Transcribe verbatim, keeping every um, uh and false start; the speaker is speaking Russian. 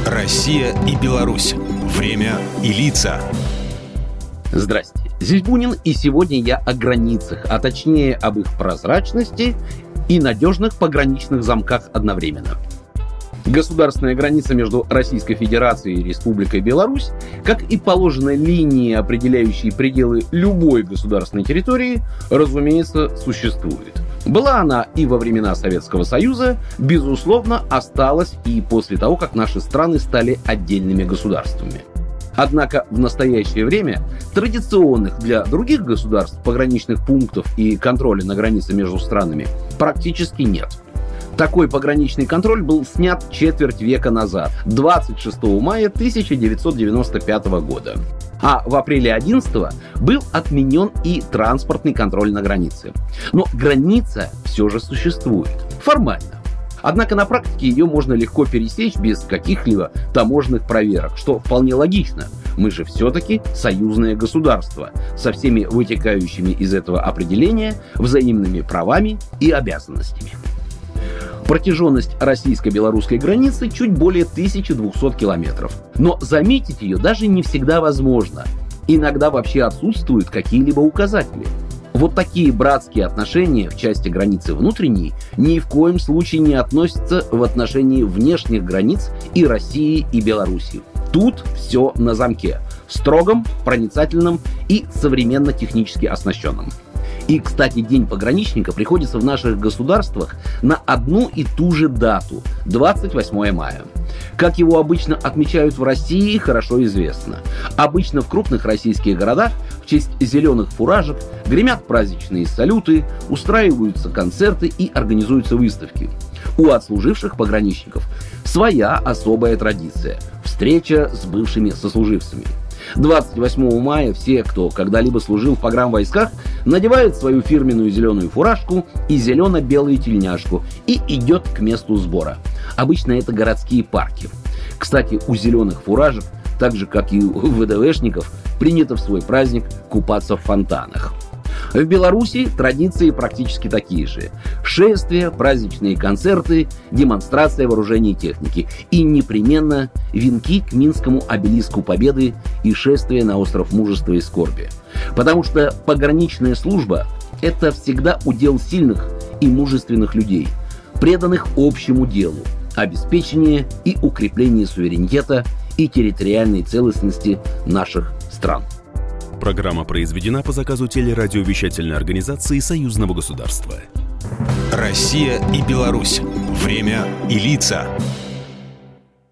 Россия и Беларусь. Время и лица. Здрасте, здесь Бунин, и сегодня я о границах, а точнее об их прозрачности и надежных пограничных замках одновременно. Государственная граница между Российской Федерацией и Республикой Беларусь, как и положенные линии, определяющие пределы любой государственной территории, разумеется, существует. Была она и во времена Советского Союза, безусловно, осталась и после того, как наши страны стали отдельными государствами. Однако в настоящее время традиционных для других государств пограничных пунктов и контроля на границе между странами практически нет. Такой пограничный контроль был снят четверть века назад, двадцать шестого мая тысяча девятьсот девяносто пятого года. А в апреле одиннадцатого был отменен и транспортный контроль на границе. Но граница все же существует. Формально. Однако на практике ее можно легко пересечь без каких-либо таможенных проверок, что вполне логично. Мы же все-таки союзное государство со всеми вытекающими из этого определения взаимными правами и обязанностями. Протяженность российско-белорусской границы чуть более тысяча двести километров. Но заметить ее даже не всегда возможно. Иногда вообще отсутствуют какие-либо указатели. Вот такие братские отношения в части границы внутренней ни в коем случае не относятся в отношении внешних границ и России, и Беларуси. Тут все на замке. Строгом, проницательном и современно технически оснащенном. И, кстати, День пограничника приходится в наших государствах на одну и ту же дату – двадцать восьмое мая. Как его обычно отмечают в России, хорошо известно. Обычно в крупных российских городах в честь зеленых фуражек гремят праздничные салюты, устраиваются концерты и организуются выставки. У отслуживших пограничников своя особая традиция – встреча с бывшими сослуживцами. двадцать восьмого мая все, кто когда-либо служил в погранвойсках, надевают свою фирменную зеленую фуражку и зелено-белую тельняшку и идет к месту сбора. Обычно это городские парки. Кстати, у зеленых фуражек, так же как и у ВДВшников, принято в свой праздник купаться в фонтанах. В Беларуси традиции практически такие же. Шествия, праздничные концерты, демонстрация вооружений и техники. И непременно венки к Минскому обелиску Победы и шествие на остров Мужества и Скорби. Потому что пограничная служба – это всегда удел сильных и мужественных людей, преданных общему делу, обеспечение и укрепление суверенитета и территориальной целостности наших стран. Программа произведена по заказу телерадиовещательной организации Союзного государства. Россия и Беларусь. Время и лица.